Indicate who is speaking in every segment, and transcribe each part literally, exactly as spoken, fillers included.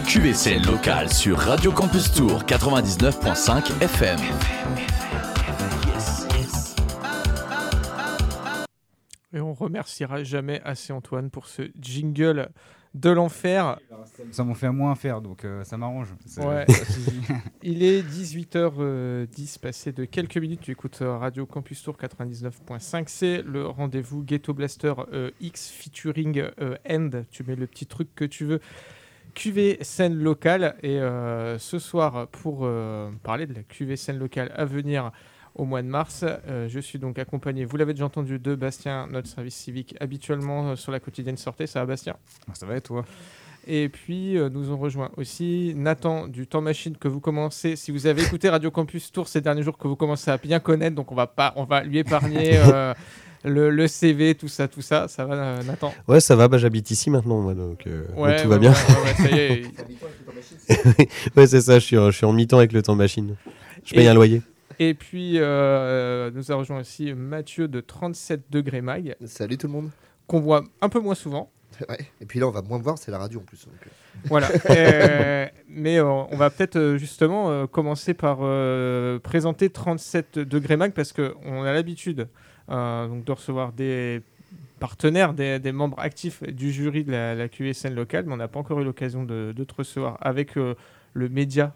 Speaker 1: Q V C local sur Radio Campus Tour quatre-vingt-dix-neuf virgule cinq F M.
Speaker 2: Et on remerciera jamais assez Antoine pour ce jingle de l'enfer.
Speaker 3: Ça m'en fait moins faire, donc euh, ça m'arrange. C'est...
Speaker 2: Ouais. Il est dix-huit heures dix, passé de quelques minutes. Tu écoutes Radio Campus Tour quatre-vingt-dix-neuf virgule cinq. C'est le rendez-vous Ghetto Blaster euh, X featuring euh, End. Tu mets le petit truc que tu veux. Q V scène locale. Et euh, ce soir, pour euh, parler de la Q V scène locale à venir au mois de mars, euh, je suis donc accompagné, vous l'avez déjà entendu, de Bastien, notre service civique habituellement euh, sur la quotidienne Sortez. Ça va, Bastien ?
Speaker 3: Ça va et toi ?
Speaker 2: Et puis, euh, nous ont rejoint aussi Nathan du Temps Machine, que vous commencez, si vous avez écouté Radio Campus Tour ces derniers jours, que vous commencez à bien connaître, donc on va, pas, on va lui épargner euh, le, le C V, tout ça, tout ça. Ça va, euh, Nathan ?
Speaker 4: Ouais, ça va, bah, j'habite ici maintenant, moi, donc, euh,
Speaker 2: ouais,
Speaker 4: donc tout va
Speaker 2: ouais,
Speaker 4: bien.
Speaker 2: Ouais, ouais, ça y est.
Speaker 4: Ouais, c'est ça, je suis, je suis en mi-temps avec le Temps Machine. Je paye
Speaker 2: Et...
Speaker 4: un loyer.
Speaker 2: Et puis, euh, nous a rejoint aussi Mathieu de trente-sept degrés mag.
Speaker 5: Salut tout le monde.
Speaker 2: Qu'on voit un peu moins souvent.
Speaker 5: Ouais. Et puis là, on va moins voir, c'est la radio en plus. Donc...
Speaker 2: Voilà. euh, mais euh, on va peut-être euh, justement euh, commencer par euh, présenter trente-sept degrés mag, parce qu'on a l'habitude euh, donc de recevoir des partenaires, des, des membres actifs du jury de la, la Q V scène locale, mais on n'a pas encore eu l'occasion de, de te recevoir avec... Euh, le média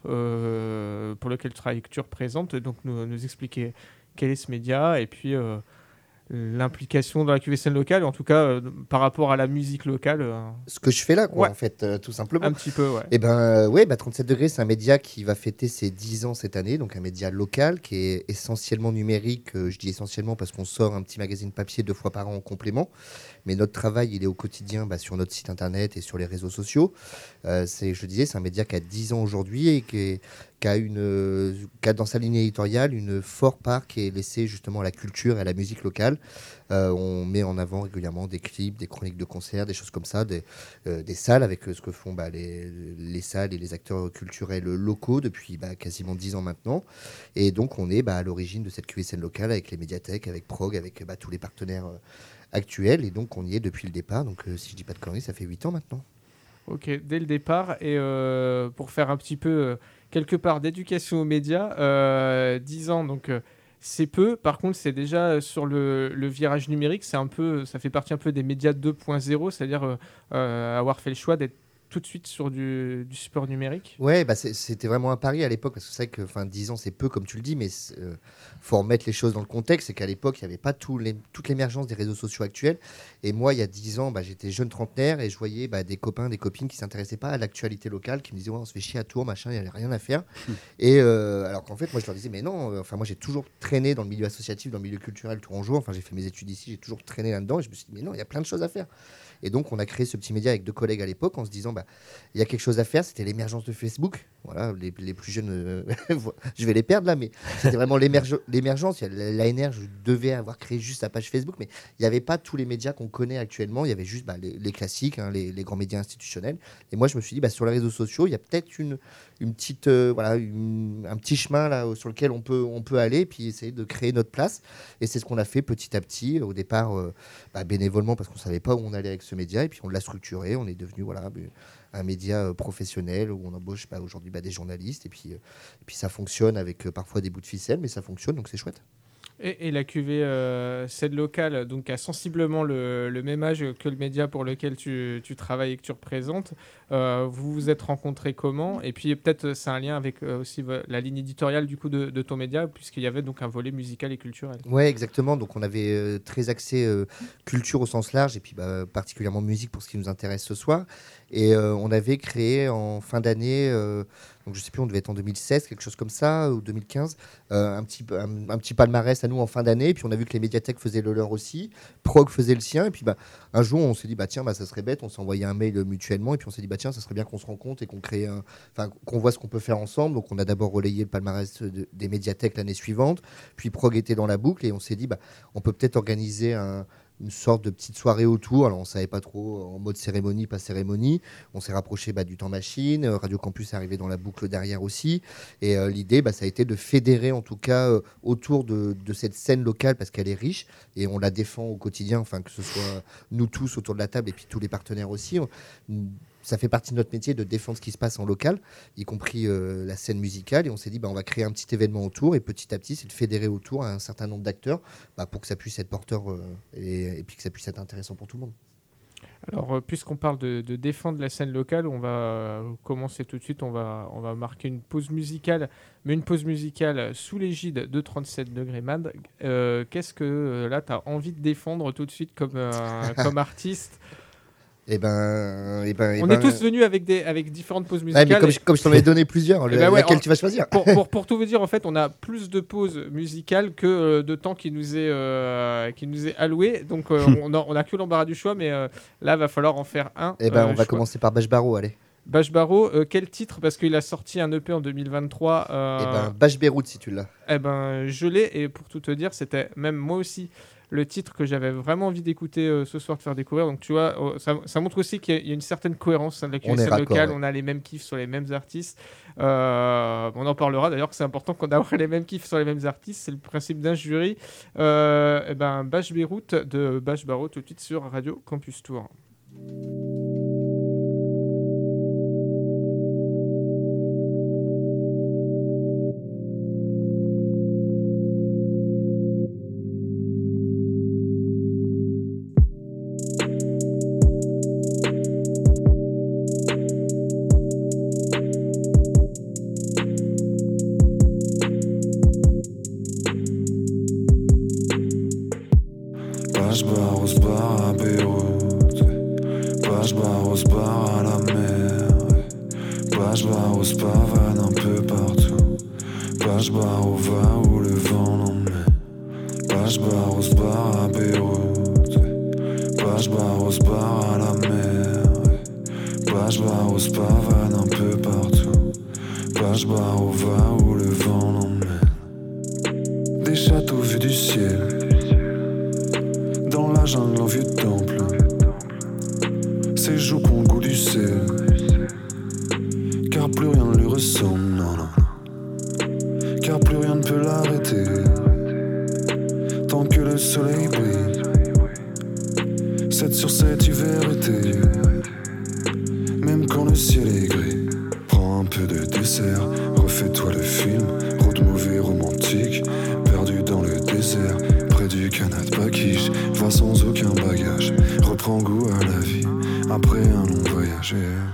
Speaker 2: euh, pour lequel tu travailles, que tu représentes, donc nous, nous expliquer quel est ce média et puis euh, l'implication dans la Q V scène locale, en tout cas euh, par rapport à la musique locale. Euh...
Speaker 5: Ce que je fais là, quoi,
Speaker 2: ouais.
Speaker 5: en fait, euh, tout simplement.
Speaker 2: Un petit peu, ouais.
Speaker 5: Et ben, euh, ouais, bah, trente-sept degrés, c'est un média qui va fêter ses dix ans cette année, donc un média local qui est essentiellement numérique. Euh, je dis essentiellement parce qu'on sort un petit magazine papier deux fois par an en complément. Mais notre travail, il est au quotidien bah, sur notre site internet et sur les réseaux sociaux. Euh, c'est, je le disais, c'est un média qui a dix ans aujourd'hui et qui, est, qui, a une, euh, qui a dans sa ligne éditoriale une forte part qui est laissée justement à la culture et à la musique locale. Euh, on met en avant régulièrement des clips, des chroniques de concerts, des choses comme ça, des, euh, des salles avec euh, ce que font bah, les, les salles et les acteurs culturels locaux depuis bah, quasiment dix ans maintenant. Et donc, on est bah, à l'origine de cette Q V scène locale avec les médiathèques, avec Prog, avec bah, tous les partenaires euh, actuel, et donc on y est depuis le départ. Donc euh, si je dis pas de conneries, ça fait huit ans maintenant.
Speaker 2: Ok, dès le départ. Et euh, pour faire un petit peu euh, quelque part d'éducation aux médias, euh, dix ans, donc euh, c'est peu. Par contre, c'est déjà sur le, le virage numérique, c'est un peu, ça fait partie un peu des médias deux point zéro, c'est-à-dire euh, euh, avoir fait le choix d'être tout de suite sur du, du support numérique.
Speaker 5: Ouais, bah c'est, c'était vraiment un pari à l'époque, parce que c'est vrai que enfin, dix ans, c'est peu, comme tu le dis, mais il euh, faut remettre les choses dans le contexte. C'est qu'à l'époque, il n'y avait pas tout les, toute l'émergence des réseaux sociaux actuels. Et moi, il y a dix ans, bah, j'étais jeune trentenaire et je voyais bah, des copains, des copines qui ne s'intéressaient pas à l'actualité locale, qui me disaient ouais, on se fait chier à Tours, machin, il n'y avait rien à faire. Mmh. Et euh, alors qu'en fait, moi, je leur disais mais non, euh, enfin, moi, j'ai toujours traîné dans le milieu associatif, dans le milieu culturel tourangeau. Enfin, j'ai fait mes études ici, j'ai toujours traîné là-dedans. Et je me suis dit mais non, il y a plein de choses à faire. Et donc, on a créé ce petit média avec deux collègues à l'époque en se disant, bah, il y a quelque chose à faire. C'était l'émergence de Facebook. Voilà, les, les plus jeunes, euh, je vais les perdre là, mais c'était vraiment l'émerge- l'émergence. L'A N R, je devais avoir créé juste sa page Facebook, mais il n'y avait pas tous les médias qu'on connaît actuellement. Il y avait juste bah, les, les classiques, hein, les, les grands médias institutionnels. Et moi, je me suis dit, bah, sur les réseaux sociaux, il y a peut-être une, une petite, euh, voilà, une, un petit chemin là, sur lequel on peut, on peut aller, puis essayer de créer notre place. Et c'est ce qu'on a fait petit à petit. Au départ, euh, bah, bénévolement, parce qu'on ne savait pas où on allait avec ce média, et puis on l'a structuré. On est devenu voilà, un média euh, professionnel où on embauche bah, aujourd'hui bah, des journalistes, et puis, euh, et puis ça fonctionne avec euh, parfois des bouts de ficelle, mais ça fonctionne, donc c'est chouette.
Speaker 2: Et, et la Q V euh, scène locale, donc a sensiblement le, le même âge que le média pour lequel tu, tu travailles et que tu représentes. Euh, vous vous êtes rencontrés comment ? Et puis peut-être c'est un lien avec euh, aussi la ligne éditoriale du coup de, de ton média, puisqu'il y avait donc un volet musical et culturel.
Speaker 5: Ouais, exactement. Donc on avait euh, très axé euh, culture au sens large, et puis bah, particulièrement musique pour ce qui nous intéresse ce soir. Et euh, on avait créé en fin d'année, euh, donc je sais plus, on devait être en deux mille seize, quelque chose comme ça, ou deux mille quinze, euh, un, petit, un, un petit palmarès à nous en fin d'année. Et puis on a vu que les médiathèques faisaient le leur aussi, Prog faisait le sien. Et puis bah, un jour, on s'est dit, bah, tiens, bah, ça serait bête, on s'est envoyé un mail mutuellement. Et puis on s'est dit, bah, tiens, ça serait bien qu'on se rencontre et qu'on crée un, enfin, qu'on voit ce qu'on peut faire ensemble. Donc on a d'abord relayé le palmarès de, des médiathèques l'année suivante. Puis Prog était dans la boucle et on s'est dit, bah, on peut peut-être organiser un une sorte de petite soirée autour. Alors on savait pas trop en mode cérémonie, pas cérémonie. On s'est rapproché bah, du Temps Machine. Radio Campus est arrivé dans la boucle derrière aussi. Et euh, l'idée, bah, ça a été de fédérer en tout cas euh, autour de, de cette scène locale parce qu'elle est riche et on la défend au quotidien. Enfin que ce soit nous tous autour de la table et puis tous les partenaires aussi. On, ça fait partie de notre métier de défendre ce qui se passe en local, y compris euh, la scène musicale. Et on s'est dit, bah, on va créer un petit événement autour. Et petit à petit, c'est de fédérer autour un certain nombre d'acteurs bah, pour que ça puisse être porteur euh, et, et puis que ça puisse être intéressant pour tout le monde.
Speaker 2: Alors, euh, puisqu'on parle de, de défendre la scène locale, on va euh, commencer tout de suite. On va, on va marquer une pause musicale, mais une pause musicale sous l'égide de trente-sept degrés Mag. Euh, qu'est-ce que euh, là, tu as envie de défendre tout de suite comme, euh, comme artiste?
Speaker 5: Et ben, et ben, et
Speaker 2: On
Speaker 5: ben,
Speaker 2: est tous venus avec, des, avec différentes pauses
Speaker 5: ouais,
Speaker 2: musicales.
Speaker 5: mais comme, je, comme je t'en ai donné plusieurs,
Speaker 2: Eh
Speaker 5: le,
Speaker 2: ben ouais,
Speaker 5: laquelle
Speaker 2: on-
Speaker 5: tu vas choisir?
Speaker 2: pour, pour, pour tout vous dire, en fait, on a plus de pauses musicales que euh, de temps qui nous est, euh, qui nous est alloué. Donc, euh, on, a, on a que l'embarras du choix, mais euh, là, va falloir en faire un.
Speaker 5: Et ben,
Speaker 2: Euh,
Speaker 5: on va
Speaker 2: choix.
Speaker 5: commencer par Bash Barrow, allez.
Speaker 2: Bash Barrow, euh, quel titre? Parce qu'il a sorti un E P en deux mille vingt-trois. Euh,
Speaker 5: Et ben, Bash Beyrouth, si tu l'as.
Speaker 2: eh ben, je l'ai, et pour tout te dire, c'était même moi aussi le titre que j'avais vraiment envie d'écouter euh, ce soir, de faire découvrir. Donc tu vois, oh, ça, ça montre aussi qu'il y a- il y a une certaine cohérence hein, de la
Speaker 5: On est
Speaker 2: scène
Speaker 5: raccord,
Speaker 2: locale.
Speaker 5: ouais.
Speaker 2: On a les mêmes kiffs sur les mêmes artistes. Euh, on en parlera d'ailleurs, que c'est important qu'on ait les mêmes kiffs sur les mêmes artistes. C'est le principe d'un jury. Euh, eh ben, Bash Beyrouth de Bash Barrow tout de suite sur Radio Campus Tour.
Speaker 6: Bash Barrow se barre à Beyrouth, Bash Barrow se barre à la mer, Bash Barrow se pavane un peu partout, Bash Barrow va où le vent l'emmène, Bash Barrow se barre à Beyrouth, Bash Barrow se barre à la mer, Bash Barrow se pavane un peu partout, Bash Barrow va où le vent l'emmène. Des châteaux vus du ciel, dans la jungle en vieux temple, ses joues ont le goût du sel, car plus rien ne lui ressemble, non, non, car plus rien ne peut l'arrêter, tant que le soleil brille, sept sur sept hiver été, même quand le ciel est gris, prends un peu de dessert, refais-toi le film, road movie romantique, perdu dans le désert, près du canal de Bakiche, va sans aucun bagage, reprends goût à la vie, après un long voyage.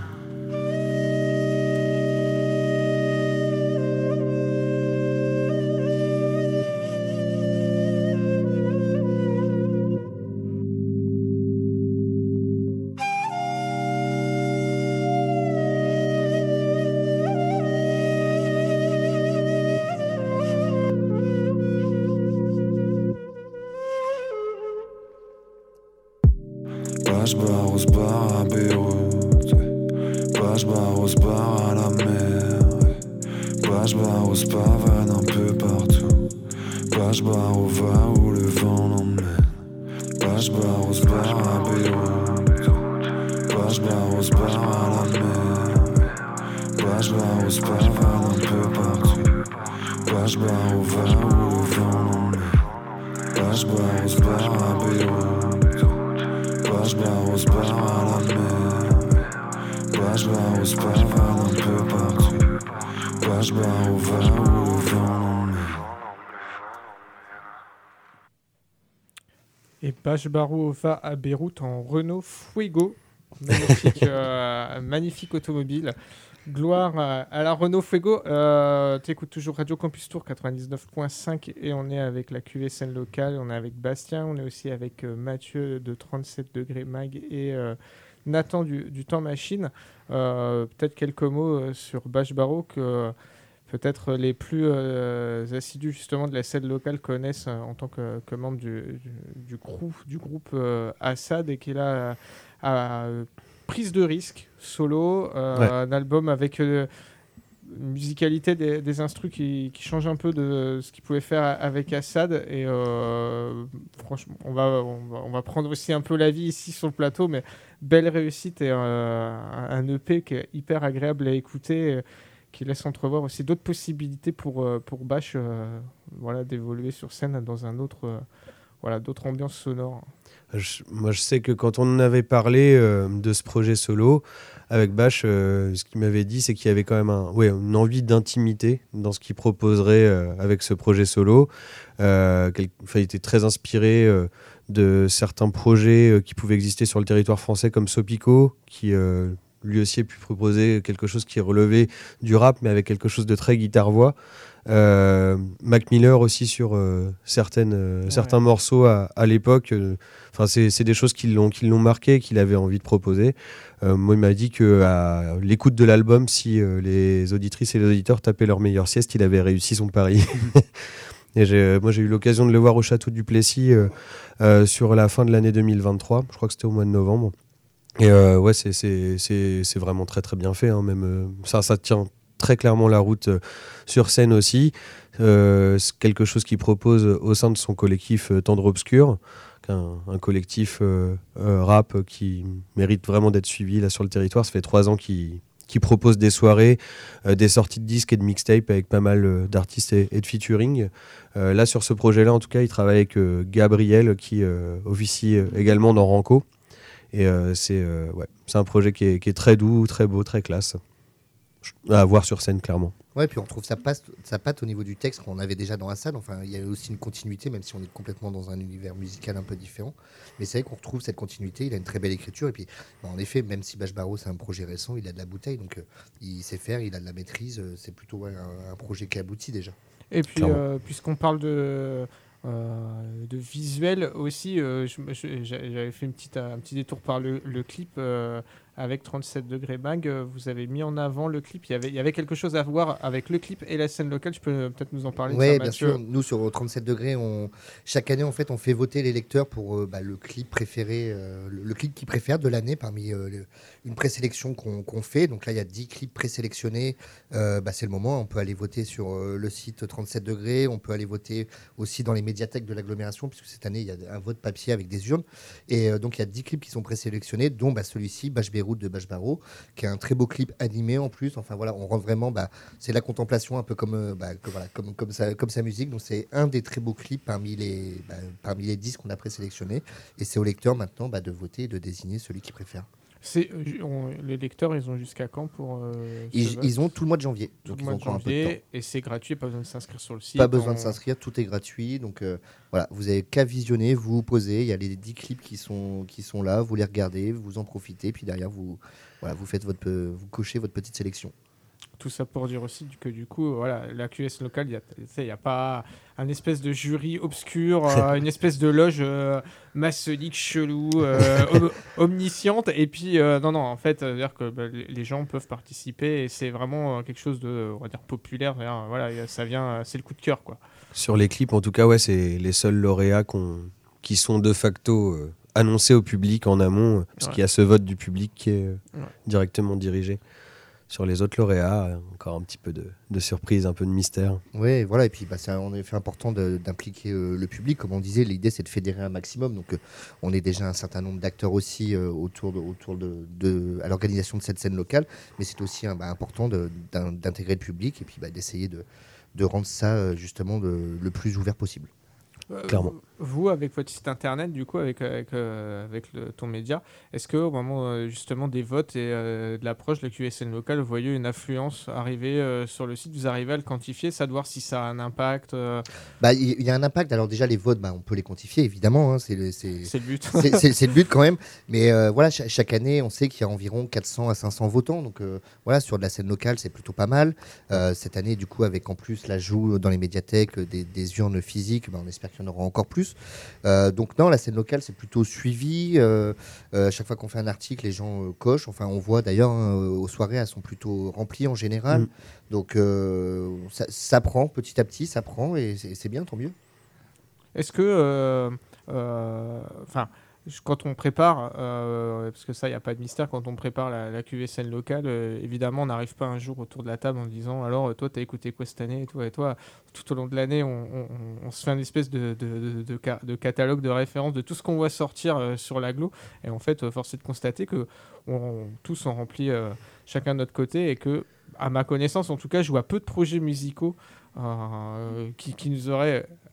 Speaker 6: Bash Barrow se barre à Beyrouth, Bash Barrow se barre à la mer, Bash Barrow se pavane un peu partout, Bash Barrow va où le vent l'emmène, Bash Barrow se barre à Beyrouth, Bash Barrow se barre à la mer, Bash Barrow se pavane un peu partout, Bash Barrow va où le vent l'emmène, Bash Barrow se barre à Beyrouth, Bash Barrow se barre à la mer, Bash Barrow se pavane un peu partout, Bash Barrow va où le vent l'emmène.
Speaker 2: Et Bash Barrow va à Beyrouth en Renault Fuego. Magnifique, euh, magnifique automobile. Gloire à, à la Renault Fuego. Euh, tu écoutes toujours Radio Campus Tour quatre-vingt-dix-neuf point cinq et on est avec la Q V scène locale. On est avec Bastien, on est aussi avec euh, Mathieu de trente-sept degrés Mag et euh, Nathan du, du Temps Machine. Euh, peut-être quelques mots euh, sur Bash Barrow que euh, peut-être les plus euh, assidus justement de la scène locale connaissent euh, en tant que, que membre du, du, du groupe, du groupe euh, Assad et qui est là à, à prise de risque solo, euh,
Speaker 4: Ouais.
Speaker 2: un album avec euh, une musicalité des, des instrus qui, qui change un peu de ce qu'il pouvait faire avec Assad et euh, franchement on va, on, va, on va prendre aussi un peu la vie ici sur le plateau, mais belle réussite et euh, un E P qui est hyper agréable à écouter, qui laisse entrevoir aussi d'autres possibilités pour, euh, pour Bash euh, voilà, d'évoluer sur scène dans un autre, euh, voilà, d'autres ambiances sonores.
Speaker 4: Je, moi, je sais que quand on en avait parlé euh, de ce projet solo avec Bach, euh, ce qu'il m'avait dit, c'est qu'il y avait quand même un, ouais, une envie d'intimité dans ce qu'il proposerait euh, avec ce projet solo. Euh, quel, il était très inspiré euh, de certains projets euh, qui pouvaient exister sur le territoire français, comme Sopico, qui euh, lui aussi a pu proposer quelque chose qui relevait du rap, mais avec quelque chose de très guitare-voix. Euh, Mac Miller aussi sur euh, certaines, euh, ouais. certains morceaux à, à l'époque. Euh, enfin, c'est, c'est des choses qui l'ont, qui l'ont marqué, qu'il avait envie de proposer. Euh, moi, il m'a dit qu'à l'écoute de l'album, si euh, les auditrices et les auditeurs tapaient leur meilleure sieste, il avait réussi son pari. Et j'ai, moi, j'ai eu l'occasion de le voir au Château du Plessis euh, euh, sur la fin de l'année deux mille vingt-trois. Je crois que c'était au mois de novembre. Et euh, ouais, c'est, c'est, c'est, c'est vraiment très très bien fait. Hein, même, euh, ça, ça tient très clairement la route euh, sur scène aussi. Euh, c'est quelque chose qu'il propose au sein de son collectif euh, Tendre Obscur, un, un collectif euh, euh, rap qui mérite vraiment d'être suivi là sur le territoire. Ça fait trois ans qu'il, qu'il propose des soirées, euh, des sorties de disques et de mixtapes avec pas mal euh, d'artistes et, et de featuring. Euh, là, sur ce projet-là, en tout cas, il travaille avec euh, Gabriel qui euh, officie euh, également dans Ranco. Et euh, c'est, euh, ouais, c'est un projet qui est, qui est très doux, très beau, très classe. À voir sur scène, clairement.
Speaker 5: Ouais, puis on trouve sa patte, sa patte au niveau du texte qu'on avait déjà dans la salle. Enfin, il y a aussi une continuité, même si on est complètement dans un univers musical un peu différent. Mais c'est vrai qu'on retrouve cette continuité. Il a une très belle écriture. Et puis, bah, en effet, même si Bach Barreau, c'est un projet récent, il a de la bouteille. Donc, euh, il sait faire, il a de la maîtrise. Euh, c'est plutôt ouais, un, un projet qui aboutit déjà.
Speaker 2: Et puis, euh, puisqu'on parle de... Euh, de visuel aussi, euh, je, je, j'avais fait une petite, un petit détour par le, le clip euh, avec trente-sept degrés mag. Euh, vous avez mis en avant le clip. Il y avait, il y avait quelque chose à voir avec le clip et la scène locale. Je peux euh, peut-être nous en parler.
Speaker 5: Oui, bien sûr. Nous, sur trente-sept degrés, on... chaque année, en fait, on fait voter les lecteurs pour euh, bah, le clip préféré, euh, le, le clip qu'ils préfèrent de l'année parmi euh, le, une présélection qu'on, qu'on fait. Donc là, il y a dix clips présélectionnés. Euh, bah, c'est le moment. On peut aller voter sur euh, le site trente-sept degrés. On peut aller voter aussi dans les médiathèques de l'agglomération, puisque cette année, il y a un vote papier avec des urnes. Et euh, donc, il y a dix clips qui sont présélectionnés, dont bah, celui-ci, Bach Beyrouth de Bach Barreau, qui est un très beau clip animé en plus. Enfin, voilà, on rentre vraiment... Bah, c'est la contemplation un peu comme, euh, bah, que, voilà, comme, comme, sa, comme sa musique. Donc, c'est un des très beaux clips parmi les, bah, parmi les dix qu'on a présélectionnés. Et c'est au lecteur maintenant bah, de voter et de désigner celui qu'il préfère.
Speaker 2: C'est, on, les lecteurs, ils ont jusqu'à quand pour euh,
Speaker 5: ils, ils ont tout le mois de janvier.
Speaker 2: Tout
Speaker 5: donc
Speaker 2: le mois
Speaker 5: ils ont
Speaker 2: de
Speaker 5: encore
Speaker 2: janvier,
Speaker 5: un peu de temps.
Speaker 2: Et c'est gratuit, pas besoin de s'inscrire sur le site.
Speaker 5: Pas besoin
Speaker 2: on...
Speaker 5: de s'inscrire, tout est gratuit. Donc euh, voilà, vous avez qu'à visionner, vous vous posez. Il y a les dix clips qui sont, qui sont là, vous les regardez, vous en profitez. Puis derrière, vous, voilà, vous, faites votre, vous cochez votre petite sélection.
Speaker 2: Tout ça pour dire aussi que du coup, voilà, la Q S locale, il n'y a, a pas un espèce de jury obscur, euh, une espèce de loge euh, maçonnique chelou, euh, om- omnisciente. Et puis, euh, non, non, en fait, c'est-à-dire que bah, les gens peuvent participer et c'est vraiment quelque chose de, on va dire, populaire. Voilà, ça vient, c'est le coup de cœur, quoi.
Speaker 4: Sur les clips, en tout cas, ouais, c'est les seuls lauréats qu'on, qui sont de facto euh, annoncés au public en amont, parce ouais. qu'il y a ce vote du public qui est euh, ouais. directement dirigé. Sur les autres lauréats, encore un petit peu de, de surprise, un peu de mystère.
Speaker 5: Oui, voilà, et puis bah, c'est en effet important de, d'impliquer euh, le public. Comme on disait, l'idée c'est de fédérer un maximum. Donc euh, on est déjà un certain nombre d'acteurs aussi euh, autour, de, autour de, de, à l'organisation de cette scène locale. Mais c'est aussi hein, bah, important de, d'intégrer le public et puis bah, d'essayer de, de rendre ça justement de, le plus ouvert possible.
Speaker 2: Euh,
Speaker 4: Clairement.
Speaker 2: Vous, avec votre site internet, du coup, avec, avec, euh, avec le, ton média, est-ce qu'au moment euh, justement des votes et euh, de l'approche de la Q S N locale, vous voyez une affluence arriver euh, sur le site, vous arrivez à le quantifier, ça de voir si ça a un impact euh...
Speaker 5: Bah, il y, y a un impact. Alors déjà, les votes, bah, on peut les quantifier, évidemment. Hein, c'est, le, c'est,
Speaker 2: c'est le but.
Speaker 5: c'est, c'est, c'est le but quand même. Mais euh, voilà, ch- chaque année, on sait qu'il y a environ quatre cents à cinq cents votants. Donc euh, voilà, sur de la scène locale, c'est plutôt pas mal. Euh, cette année, du coup, avec en plus l'ajout dans les médiathèques des, des urnes physiques, bah, on espère qu'il y en aura encore plus. Euh, donc non, la scène locale, c'est plutôt suivi. Euh, euh, chaque fois qu'on fait un article, les gens euh, cochent. Enfin, on voit d'ailleurs, hein, aux soirées, elles sont plutôt remplies en général. Mmh. Donc euh, ça, ça prend petit à petit, ça prend et c'est, c'est bien, tant mieux.
Speaker 2: Est-ce que... Enfin... Euh, euh, quand on prépare, euh, parce que ça, il n'y a pas de mystère, quand on prépare la, la Q S N locale, euh, évidemment, on n'arrive pas un jour autour de la table en disant « Alors, toi, tu as écouté quoi cette année ?» et toi, et toi, tout au long de l'année, on, on, on se fait une espèce de, de, de, de, de catalogue de références de tout ce qu'on voit sortir euh, sur l'agglo. Et en fait, euh, force est de constater que on, on, tous ont rempli euh, chacun de notre côté et que, à ma connaissance, en tout cas, je vois peu de projets musicaux Euh, qui, qui nous aurait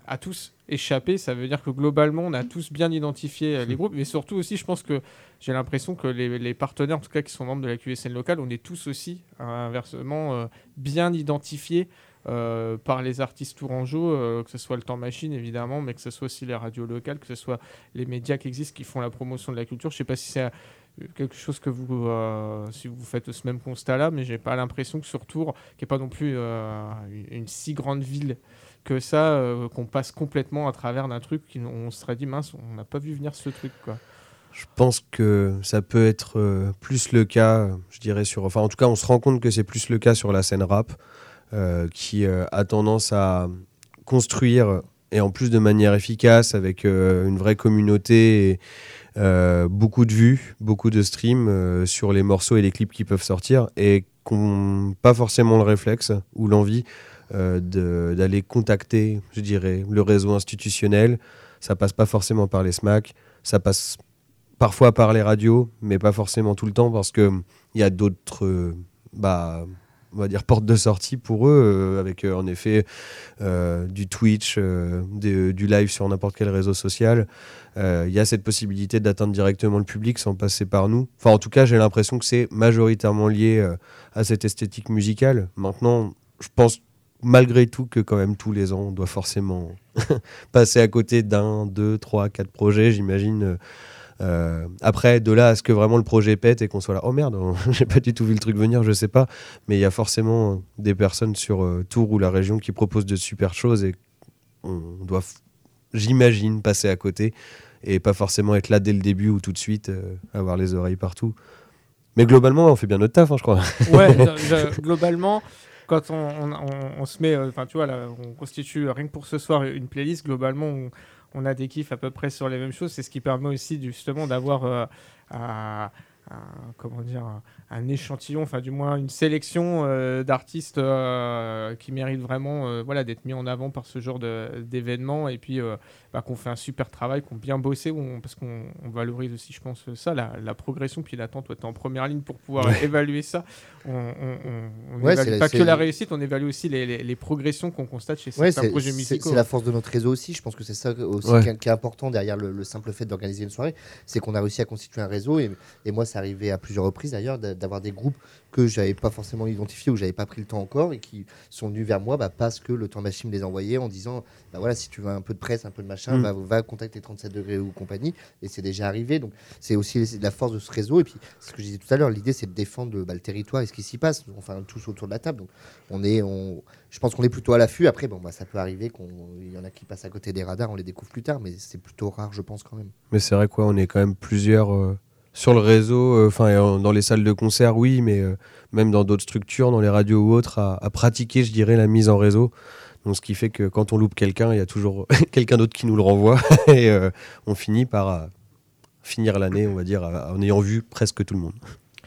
Speaker 2: à tous échappé. Ça veut dire que globalement, on a tous bien identifié euh, les groupes, mais surtout aussi, je pense que j'ai l'impression que les, les partenaires, en tout cas qui sont membres de la Q S N locale, on est tous aussi euh, inversement euh, bien identifiés euh, par les artistes tourangeaux, euh, que ce soit le Temps Machine évidemment, mais que ce soit aussi les radios locales, que ce soit les médias qui existent, qui font la promotion de la culture. Je ne sais pas si c'est quelque chose que vous, euh, si vous faites ce même constat-là, mais j'ai pas l'impression que sur Tours, qui n'est pas non plus euh, une, une si grande ville que ça, euh, qu'on passe complètement à travers d'un truc qu'on se serait dit mince, on n'a pas vu venir ce truc, quoi.
Speaker 4: Je pense que ça peut être euh, plus le cas, je dirais sur, enfin en tout cas on se rend compte que c'est plus le cas sur la scène rap, euh, qui euh, a tendance à construire et en plus de manière efficace avec euh, une vraie communauté. Et, Euh, beaucoup de vues, beaucoup de streams euh, sur les morceaux et les clips qui peuvent sortir et qui n'ont pas forcément le réflexe ou l'envie euh, de, d'aller contacter, je dirais, le réseau institutionnel. Ça passe pas forcément par les SMAC, ça passe parfois par les radios, mais pas forcément tout le temps parce qu'il y a d'autres euh, bah, on va dire portes de sortie pour eux, euh, avec euh, en effet euh, du Twitch, euh, des, du live sur n'importe quel réseau social. Il euh, y a cette possibilité d'atteindre directement le public sans passer par nous. Enfin, en tout cas, j'ai l'impression que c'est majoritairement lié euh, à cette esthétique musicale. Maintenant, je pense malgré tout que quand même tous les ans, on doit forcément passer à côté d'un, deux, trois, quatre projets, j'imagine. Euh, Euh, après, de là à ce que vraiment le projet pète et qu'on soit là, oh merde, j'ai pas du tout vu le truc venir, je sais pas. Mais il y a forcément des personnes sur euh, Tours ou la région qui proposent de super choses et on doit, f- j'imagine, passer à côté et pas forcément être là dès le début ou tout de suite, euh, avoir les oreilles partout. Mais globalement, on fait bien notre taf, hein, je crois.
Speaker 2: Ouais, je- je- globalement, quand on, on, on- on se met, enfin, tu vois, là, on constitue euh, rien que pour ce soir une playlist. Globalement, on, on a des kiffs à peu près sur les mêmes choses. C'est ce qui permet aussi justement d'avoir euh, un, un- comment dire, un, un échantillon, enfin du moins une sélection euh, d'artistes euh, qui méritent vraiment euh, voilà, d'être mis en avant par ce genre de, d'événements et puis euh, bah, qu'on fait un super travail, qu'on bien bossé, on, parce qu'on on valorise aussi, je pense, ça, la, la progression. Puis Nathan, toi, tu es en première ligne pour pouvoir
Speaker 4: Ouais.
Speaker 2: évaluer ça. On, on, on, on
Speaker 5: Ouais,
Speaker 2: évalue
Speaker 5: c'est la-
Speaker 2: pas
Speaker 5: c'est-
Speaker 2: que la réussite, on évalue aussi les, les, les progressions qu'on constate chez
Speaker 5: Ouais,
Speaker 2: certains
Speaker 5: c'est,
Speaker 2: projets
Speaker 5: c'est-
Speaker 2: musicaux.
Speaker 5: c'est la force de notre réseau aussi. Je pense que c'est ça aussi
Speaker 4: Ouais.
Speaker 5: qui, est, qui est important derrière le, le simple fait d'organiser une soirée. C'est qu'on a réussi à constituer un réseau. Et, et moi, c'est arrivé à plusieurs reprises d'ailleurs d'a- d'avoir des groupes que j'avais pas forcément identifiés ou j'avais pas pris le temps encore et qui sont venus vers moi bah, parce que le Temps Machine me les envoyait en disant bah voilà, si tu veux un peu de presse, un peu de machin,
Speaker 4: Mm.
Speaker 5: va, va contacter trente-sept degrés ou compagnie. Et c'est déjà arrivé. Donc c'est aussi la force de ce réseau. Et puis, ce que je disais tout à l'heure, l'idée c'est de défendre le, bah, le territoire et ce qui s'y passe. Enfin, tous autour de la table. Donc on est, on, je pense qu'on est plutôt à l'affût. Après, bon, bah, ça peut arriver qu'il y en a qui passent à côté des radars, on les découvre plus tard, mais c'est plutôt rare, je pense, quand même.
Speaker 4: Mais c'est vrai quoi, on est quand même plusieurs euh, sur le réseau, enfin euh, dans les salles de concert, oui, mais euh, même dans d'autres structures, dans les radios ou autres, à, à pratiquer, je dirais, la mise en réseau. Donc ce qui fait que quand on loupe quelqu'un, il y a toujours quelqu'un d'autre qui nous le renvoie et euh, on finit par euh, finir l'année, on va dire, euh, en ayant vu presque tout le monde.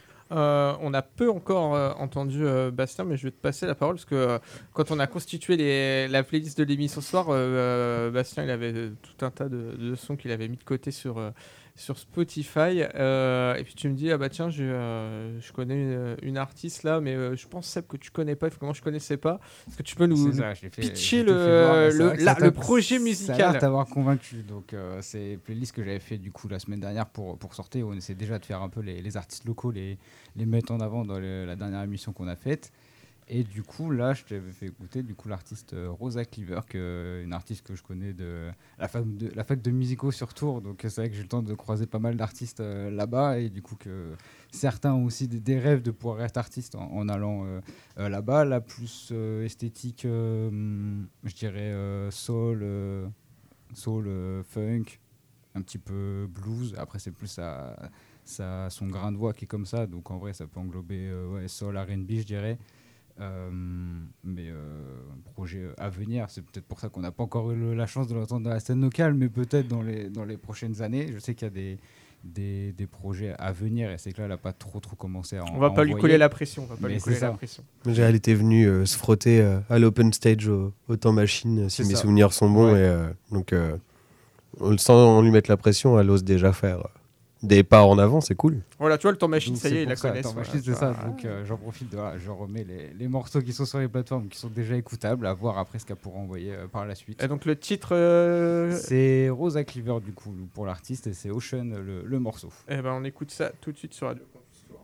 Speaker 2: Euh, on a peu encore euh, entendu euh, Bastien, mais je vais te passer la parole parce que euh, quand on a constitué les, la playlist de l'émission ce soir, euh, euh, Bastien il avait euh, tout un tas de, de sons qu'il avait mis de côté sur, euh, sur Spotify. Euh, et puis tu me dis, ah bah tiens, je, euh, je connais une, une artiste là, mais euh, je pense Seb que tu connais pas, comment je connaissais pas. Est-ce que tu peux nous,
Speaker 3: C'est
Speaker 2: nous
Speaker 3: ça, je l'ai fait-
Speaker 2: pitcher
Speaker 3: je t'ai
Speaker 2: le,
Speaker 3: fait voir, mais c'est
Speaker 2: le,
Speaker 3: vrai que
Speaker 2: la-
Speaker 3: ça t'a-
Speaker 2: le projet
Speaker 3: Ça a
Speaker 2: musical?
Speaker 3: l'air t'avoir convaincu. Donc, euh, c'est playlist que j'avais fait du coup la semaine dernière pour, pour sortir. On essaie déjà de faire un peu les, les artistes locaux, les, les mettre en avant dans le- la dernière émission qu'on a faite. Et du coup, là, je t'avais fait écouter du coup l'artiste euh, Rosa Cleaver, que, une artiste que je connais de la fac de, la fac de musico sur Tours. Donc, c'est vrai que j'ai le temps de croiser pas mal d'artistes euh, là-bas. Et du coup, que certains ont aussi des, des rêves de pouvoir être artiste en, en allant euh, euh, là-bas. La plus euh, esthétique, euh, je dirais euh, soul, euh, soul euh, funk, un petit peu blues. Après, c'est plus sa, sa, son grain de voix qui est comme ça. Donc, en vrai, ça peut englober euh, ouais, soul, R and B, je dirais. Euh, mais euh, projet à venir, c'est peut-être pour ça qu'on n'a pas encore eu le- la chance de l'entendre dans la scène locale, mais peut-être dans les, dans les prochaines années. Je sais qu'il y a des, des, des projets à venir et c'est que là, elle n'a pas trop, trop commencé à en
Speaker 2: On va
Speaker 3: à
Speaker 2: pas lui
Speaker 3: envoyer.
Speaker 2: coller la pression. On va pas
Speaker 3: Mais
Speaker 2: lui
Speaker 3: c'est
Speaker 2: coller
Speaker 3: ça.
Speaker 2: la pression.
Speaker 4: Elle était venue euh, se frotter euh, à l'open stage au, au Temps Machine, si
Speaker 3: C'est
Speaker 4: mes
Speaker 3: ça.
Speaker 4: souvenirs sont bons.
Speaker 3: Ouais.
Speaker 4: Et, euh, donc, euh, on le sent, on lui met la pression, elle ose déjà faire euh, des pas en avant, c'est cool.
Speaker 2: Voilà, tu vois, le temps machine,
Speaker 3: Donc,
Speaker 2: ça y
Speaker 3: c'est
Speaker 2: est, ils
Speaker 3: pour
Speaker 2: la
Speaker 3: ça,
Speaker 2: connaissent.
Speaker 3: Temps
Speaker 2: voilà,
Speaker 3: Machine,
Speaker 2: tu
Speaker 3: c'est ça.
Speaker 2: vois.
Speaker 3: Donc euh, j'en profite, de, voilà, je remets les, les morceaux qui sont sur les plateformes, qui sont déjà écoutables, à voir après ce qu'elle pourra envoyer euh, par la suite.
Speaker 2: Et donc le titre, euh,
Speaker 3: C'est Rosa Cleaver du coup pour l'artiste et c'est Ocean le, le morceau.
Speaker 2: eh ben, on écoute ça tout de suite sur Radio Campus Tour.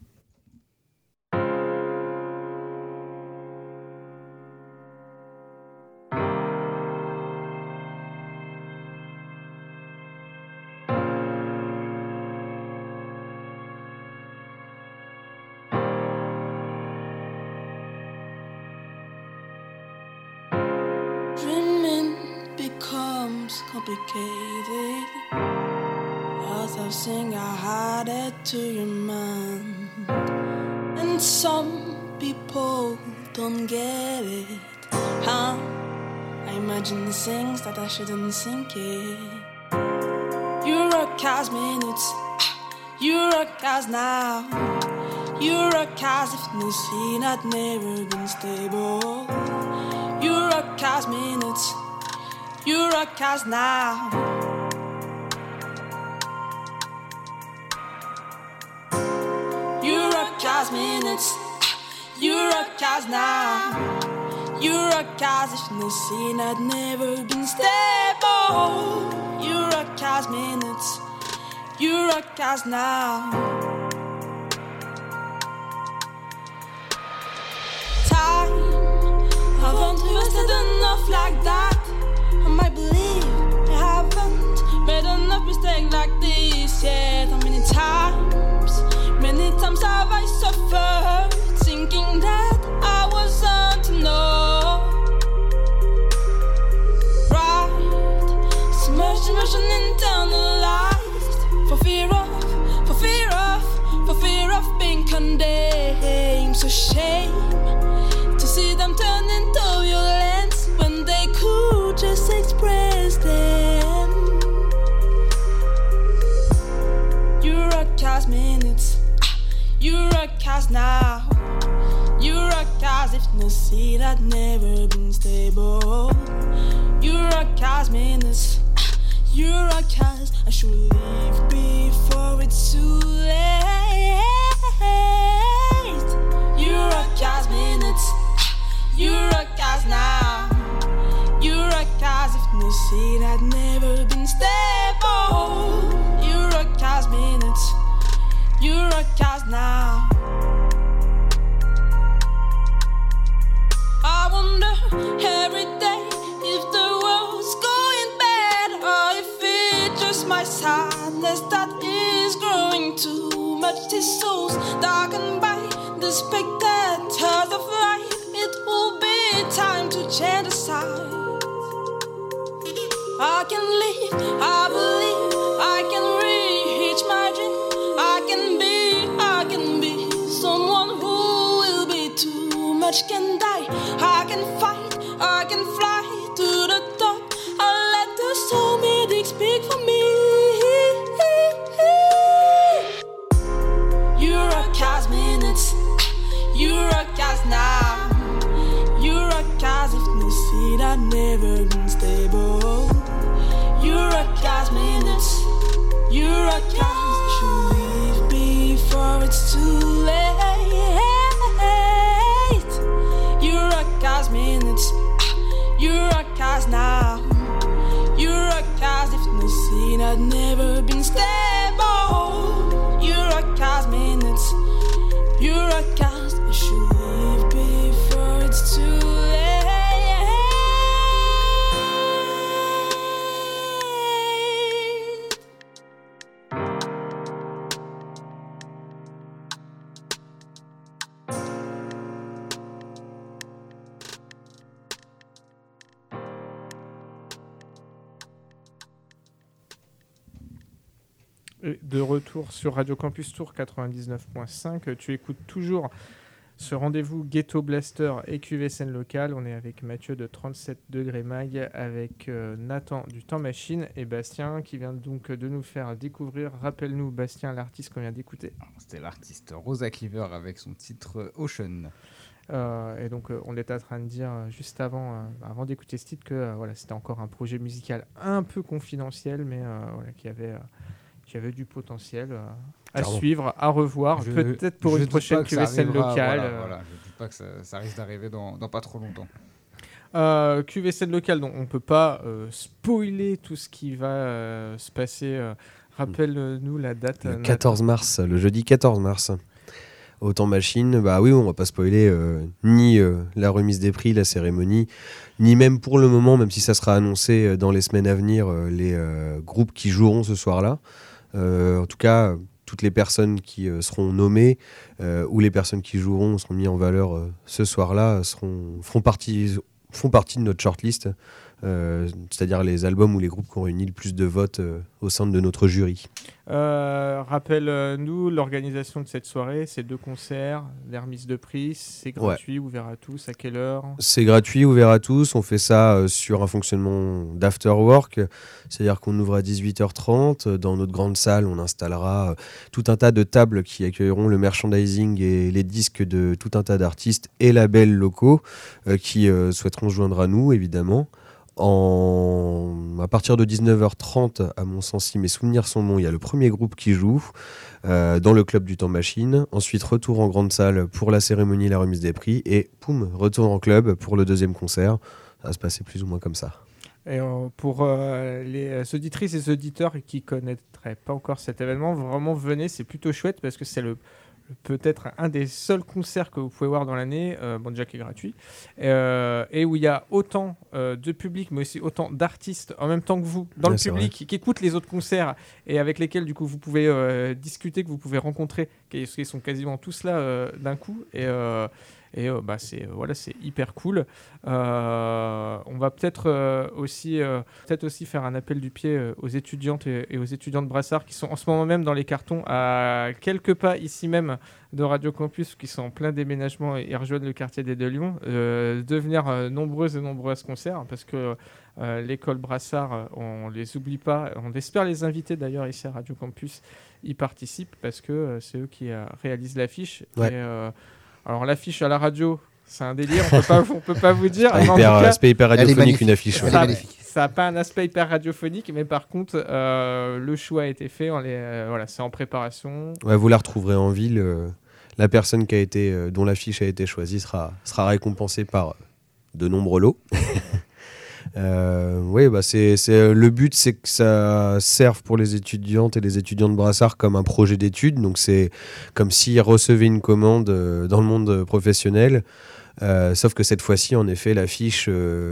Speaker 7: Dreaming becomes complicated. As I sing, I hide it to your mind. And some people don't get it. Huh? I imagine the things that I shouldn't think it. You're a cast minutes. You're a cast now. You're a cast if no scene had never been stable. You're a cast minutes. You're a cast now. You're a cast minutes. You're a cast now. You're a cast if no scene had never been stable. You're a cast minutes. You're a cast now. Time haven't wasted enough like that. I might believe I haven't made enough mistakes like this yet. How many times, many times have I suffered thinking that I wasn't to know. Right, so much emotion internalized for fear of, for fear of, for fear of being condemned. So shame to see them turn into violence when they could just express them. You're a cast minutes, you're a cast now. You're a cast if no seed had never been stable. You're a cast minutes, you're a cast. I should leave before it's too late. You're a cast minutes. You're a cast now. You're a cast if no seed had never been stable. You're a cast minutes. You're a cast now. I wonder every day if the world's going bad or if it's just my sadness that is growing too much. These souls darkened by the spectators of life. It will be time to change the side. I can live, I believe, I can reach my dream. I can be, I can be someone who will be too much can die. I can fight, I can fly to the top. I'll let the soul medic speak for me. You're a cast minutes, you're a cast now. You're a cast if no seed had never been stable. You're a cast minutes, you're a cast. Should leave before it's too late. You're a cast minutes, you're a cast now. You're a cast if no seed had never been stable. You're a cast minutes, you're a cast. I should leave before it's too late.
Speaker 2: Et de retour sur Radio Campus Tour quatre-vingt-dix-neuf point cinq. Tu écoutes toujours ce rendez-vous Ghetto Blaster et Q V scène locale. On est avec Mathieu de trente-sept degrés mag, avec euh, Nathan du Temps Machine et Bastien qui vient donc de nous faire découvrir. Rappelle-nous, Bastien, l'artiste qu'on vient d'écouter.
Speaker 3: C'était l'artiste Rosa Cleaver avec son titre Ocean.
Speaker 2: Euh, et donc, euh, on était en train de dire euh, juste avant, euh, avant d'écouter ce titre que euh, voilà, c'était encore un projet musical un peu confidentiel, mais euh, voilà, qui avait, euh, qui avait du potentiel euh, à
Speaker 4: Clairement.
Speaker 2: suivre, à revoir,
Speaker 3: Je-
Speaker 2: peut-être pour
Speaker 3: je
Speaker 2: une
Speaker 3: doute
Speaker 2: prochaine
Speaker 3: pas que ça
Speaker 2: Q V C L
Speaker 3: arrivera,
Speaker 2: locale.
Speaker 3: Voilà,
Speaker 2: euh.
Speaker 3: voilà, je doute pas que ça, ça risque d'arriver dans, dans pas trop longtemps.
Speaker 2: Euh, Q V C locale, donc on ne peut pas euh, spoiler tout ce qui va euh, se passer. euh, Rappelle-nous la date.
Speaker 4: Le
Speaker 2: euh,
Speaker 4: quatorze mars, le jeudi quatorze mars. Au Temps Machine, bah oui, on va pas spoiler euh, ni euh, la remise des prix, la cérémonie, ni même pour le moment, même si ça sera annoncé euh, dans les semaines à venir, euh, les euh, groupes qui joueront ce soir-là. Euh, en tout cas, euh, toutes les personnes qui euh, seront nommées euh, ou les personnes qui joueront seront mis en valeur euh, ce soir-là, seront, feront partie, font partie de notre shortlist, euh, c'est-à-dire les albums ou les groupes qui ont réuni le plus de votes euh, au sein de notre jury.
Speaker 2: Euh, Rappelle-nous l'organisation de cette soirée, c'est deux concerts, les remises de prix, c'est gratuit, ouvert à tous, à quelle heure?
Speaker 4: C'est gratuit, ouvert à tous. On fait ça euh, sur un fonctionnement d'afterwork, c'est-à-dire qu'on ouvre à dix-huit heures trente. Dans notre grande salle, on installera euh, tout un tas de tables qui accueilleront le merchandising et les disques de tout un tas d'artistes et labels locaux euh, qui euh, souhaiteront se joindre à nous, évidemment. En... À partir de dix-neuf heures trente, à mon sens, si mes souvenirs sont bons, il y a le premier groupe qui joue euh, dans le club du Temps Machine. Ensuite, retour en grande salle pour la cérémonie et la remise des prix. Et poum, retour en club pour le deuxième concert. Ça va se passer plus ou moins comme ça.
Speaker 2: Et euh, pour euh, les auditrices et auditeurs qui connaîtraient pas encore cet événement, vraiment venez, c'est plutôt chouette parce que c'est le peut-être un des seuls concerts que vous pouvez voir dans l'année, euh, bon déjà qui est gratuit, euh, et où il y a autant euh, de public, mais aussi autant d'artistes en même temps que vous, dans
Speaker 4: Ouais,
Speaker 2: le
Speaker 4: c'est
Speaker 2: public, qui, qui écoutent les autres concerts et avec lesquels du coup vous pouvez euh, discuter, que vous pouvez rencontrer, qui qui sont quasiment tous là euh, d'un coup, et, euh, et euh, bah, c'est, voilà, c'est hyper cool. Euh, on va peut-être euh, aussi, euh, peut-être aussi faire un appel du pied euh, aux étudiantes et, et aux étudiants de Brassard qui sont en ce moment même dans les cartons à quelques pas ici même de Radio Campus, qui sont en plein déménagement et rejoignent le quartier des Deux Lions, euh, de venir euh, nombreuses et nombreux à ce concert parce que euh, l'école Brassard, on les oublie pas, on espère les inviter d'ailleurs ici à Radio Campus, y participent parce que euh, c'est eux qui euh, réalisent l'affiche.
Speaker 4: Ouais.
Speaker 2: Et, euh, alors l'affiche à la radio, c'est un délire, on peut pas, on peut pas vous dire.
Speaker 4: C'est
Speaker 2: mais en
Speaker 4: hyper,
Speaker 2: tout cas,
Speaker 4: aspect hyper
Speaker 5: elle est
Speaker 4: radiophonique,
Speaker 5: magnifique.
Speaker 4: une affiche.
Speaker 5: Elle
Speaker 4: ouais.
Speaker 5: est
Speaker 2: ça,
Speaker 5: magnifique.
Speaker 2: ça n'a pas un aspect hyper radiophonique, mais par contre, euh, le choix a été fait. On les, euh, voilà, c'est en préparation.
Speaker 4: Ouais, vous la retrouverez en ville. euh, la personne qui a été, euh, dont l'affiche a été choisie sera, sera récompensée par de nombreux lots. euh, oui, bah c'est, c'est, le but, c'est que ça serve pour les étudiantes et les étudiants de Brassard comme un projet d'études. Donc c'est comme s'ils recevaient une commande euh, dans le monde professionnel. Euh, sauf que cette fois-ci, en effet, l'affiche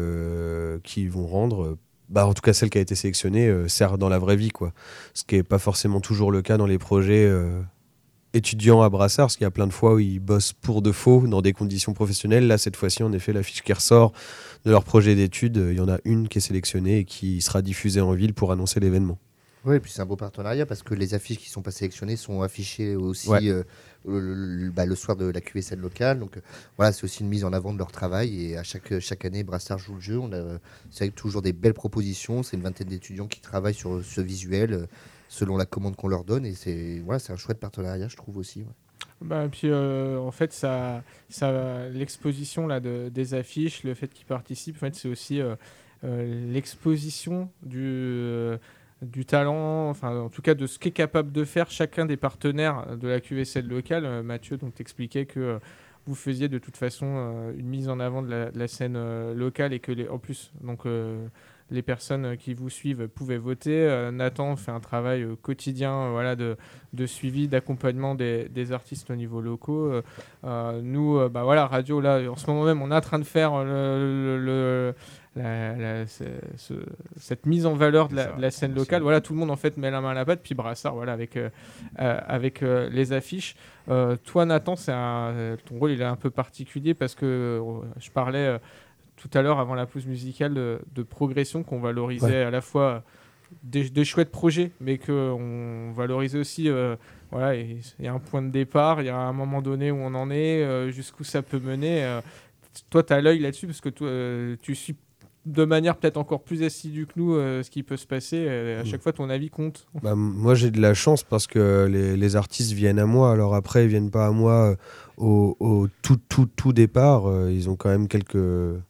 Speaker 4: euh, qu'ils vont rendre... Euh, bah, en tout cas, celle qui a été sélectionnée euh, sert dans la vraie vie, quoi. Ce qui n'est pas forcément toujours le cas dans les projets euh, étudiants à Brassard, parce qu'il y a plein de fois où ils bossent pour de faux dans des conditions professionnelles. Là, cette fois-ci, en effet, l'affiche qui ressort de leur projet d'études, il y en a une qui est sélectionnée et qui sera diffusée en ville pour annoncer l'événement.
Speaker 5: Oui, et puis c'est un beau partenariat parce que les affiches qui ne sont pas sélectionnées sont affichées aussi
Speaker 4: Ouais.
Speaker 5: euh, le, le- bah, le soir de la Q V C L locale. Donc euh, voilà, c'est aussi une mise en avant de leur travail. Et à chaque, chaque année, Brassard joue le jeu. On a euh, c'est toujours des belles propositions. C'est une vingtaine d'étudiants qui travaillent sur ce visuel euh, selon la commande qu'on leur donne. Et c'est voilà, c'est un chouette partenariat, je trouve aussi. Ouais.
Speaker 2: Bah, et puis euh, en fait, ça, ça, l'exposition là, de, des affiches, le fait qu'ils participent, en fait, c'est aussi euh, euh, l'exposition du, euh, du talent, enfin en tout cas de ce qu'est capable de faire chacun des partenaires de la Q V C L locale. Euh, Mathieu donc t'expliquait que euh, vous faisiez de toute façon euh, une mise en avant de la, de la scène euh, locale et que les, en plus donc euh, les personnes qui vous suivent pouvaient voter. Euh, Nathan fait un travail euh, quotidien euh, voilà, de, de suivi, d'accompagnement des, des artistes au niveau locaux. Euh, euh, nous, euh, bah, voilà, radio, là, en ce moment même, on est en train de faire le, le, le, la, la, ce, ce, cette mise en valeur de la, de la scène locale. Voilà, tout le monde en fait met la main à la pâte, puis Brassard, voilà, avec, euh, euh, avec euh, les affiches. Euh, toi, Nathan, c'est un, ton rôle il est un peu particulier parce que euh, je parlais euh, tout à l'heure avant la pause musicale de, de progression qu'on valorisait
Speaker 4: Ouais.
Speaker 2: à la fois des, des chouettes projets, mais qu'on valorisait aussi. Euh, voilà, il y a un point de départ, il y a un moment donné où on en est, euh, jusqu'où ça peut mener. Euh, toi, tu as l'œil là-dessus parce que toi, euh, tu suis de manière peut-être encore plus assidue que nous euh, ce qui peut se passer. Euh, à chaque fois, ton avis compte.
Speaker 4: Bah, m- moi, j'ai de la chance parce que les, les artistes viennent à moi. Alors après, ils viennent pas à moi euh, au, au tout, tout, tout départ. Euh, ils ont quand même quelques,